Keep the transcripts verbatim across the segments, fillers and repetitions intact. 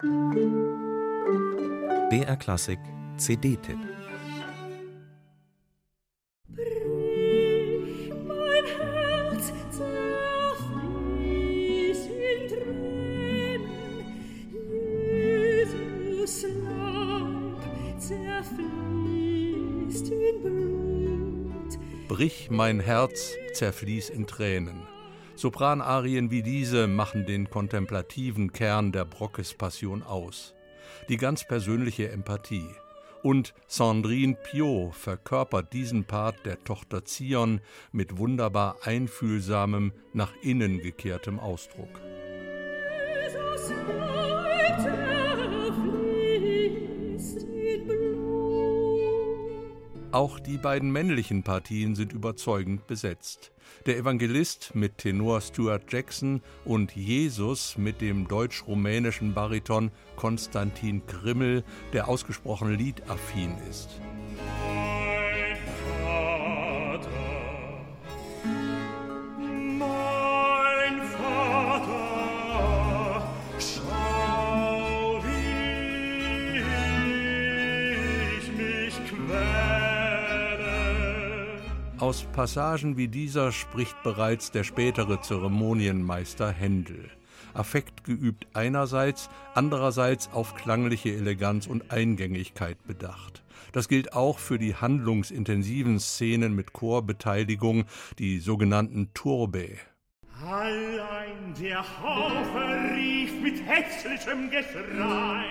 B R Klassik C D-Tipp. Brich mein Herz, zerfließ in Tränen. Sopranarien wie diese machen den kontemplativen Kern der Brockes-Passion aus. Die ganz persönliche Empathie. Und Sandrine Piot verkörpert diesen Part der Tochter Zion mit wunderbar einfühlsamem, nach innen gekehrtem Ausdruck. Auch die beiden männlichen Partien sind überzeugend besetzt. Der Evangelist mit Tenor Stuart Jackson und Jesus mit dem deutsch-rumänischen Bariton Konstantin Krimmel, der ausgesprochen liedaffin ist. Aus Passagen wie dieser spricht bereits der spätere Zeremonienmeister Händel. Affekt geübt einerseits, andererseits auf klangliche Eleganz und Eingängigkeit bedacht. Das gilt auch für die handlungsintensiven Szenen mit Chorbeteiligung, die sogenannten Turbe. Allein der Haufe rief mit hässlichem Geschrei.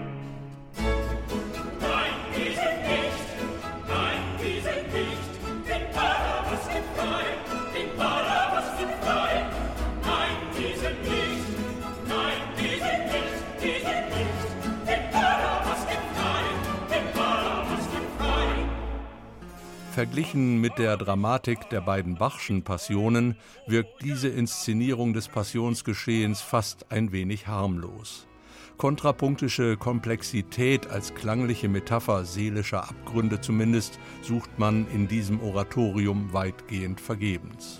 Nein, wir sind nicht, nein, wir sind nicht. Den Barabbas gibt frei, den Barabbas gibt frei. Nein, die sind nicht, nein, die sind nicht, die sind nicht. Den Barabbas gibt frei, den Barabbas gibt frei. Verglichen mit der Dramatik der beiden Bachschen Passionen wirkt diese Inszenierung des Passionsgeschehens fast ein wenig harmlos. Kontrapunktische Komplexität als klangliche Metapher seelischer Abgründe zumindest sucht man in diesem Oratorium weitgehend vergebens.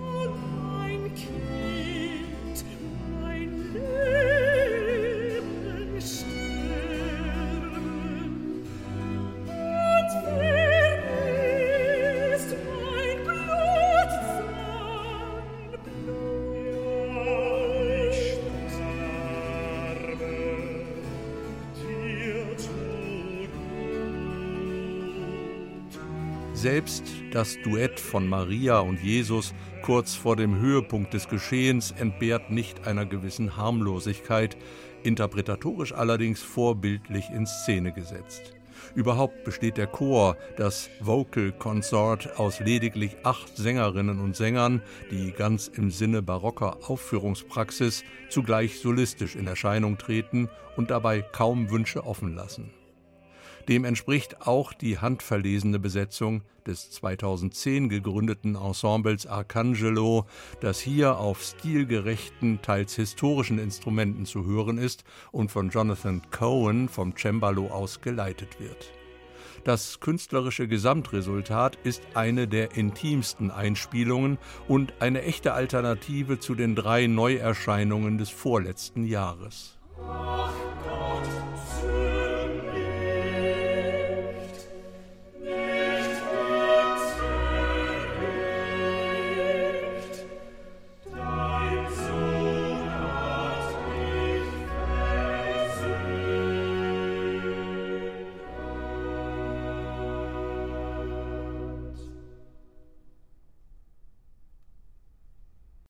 Selbst das Duett von Maria und Jesus kurz vor dem Höhepunkt des Geschehens entbehrt nicht einer gewissen Harmlosigkeit, interpretatorisch allerdings vorbildlich in Szene gesetzt. Überhaupt besteht der Chor, das Vocal Consort, aus lediglich acht Sängerinnen und Sängern, die ganz im Sinne barocker Aufführungspraxis zugleich solistisch in Erscheinung treten und dabei kaum Wünsche offen lassen. Dem entspricht auch die handverlesene Besetzung des zweitausendzehn gegründeten Ensembles Arcangelo, das hier auf stilgerechten, teils historischen Instrumenten zu hören ist und von Jonathan Cohen vom Cembalo aus geleitet wird. Das künstlerische Gesamtresultat ist eine der intimsten Einspielungen und eine echte Alternative zu den drei Neuerscheinungen des vorletzten Jahres.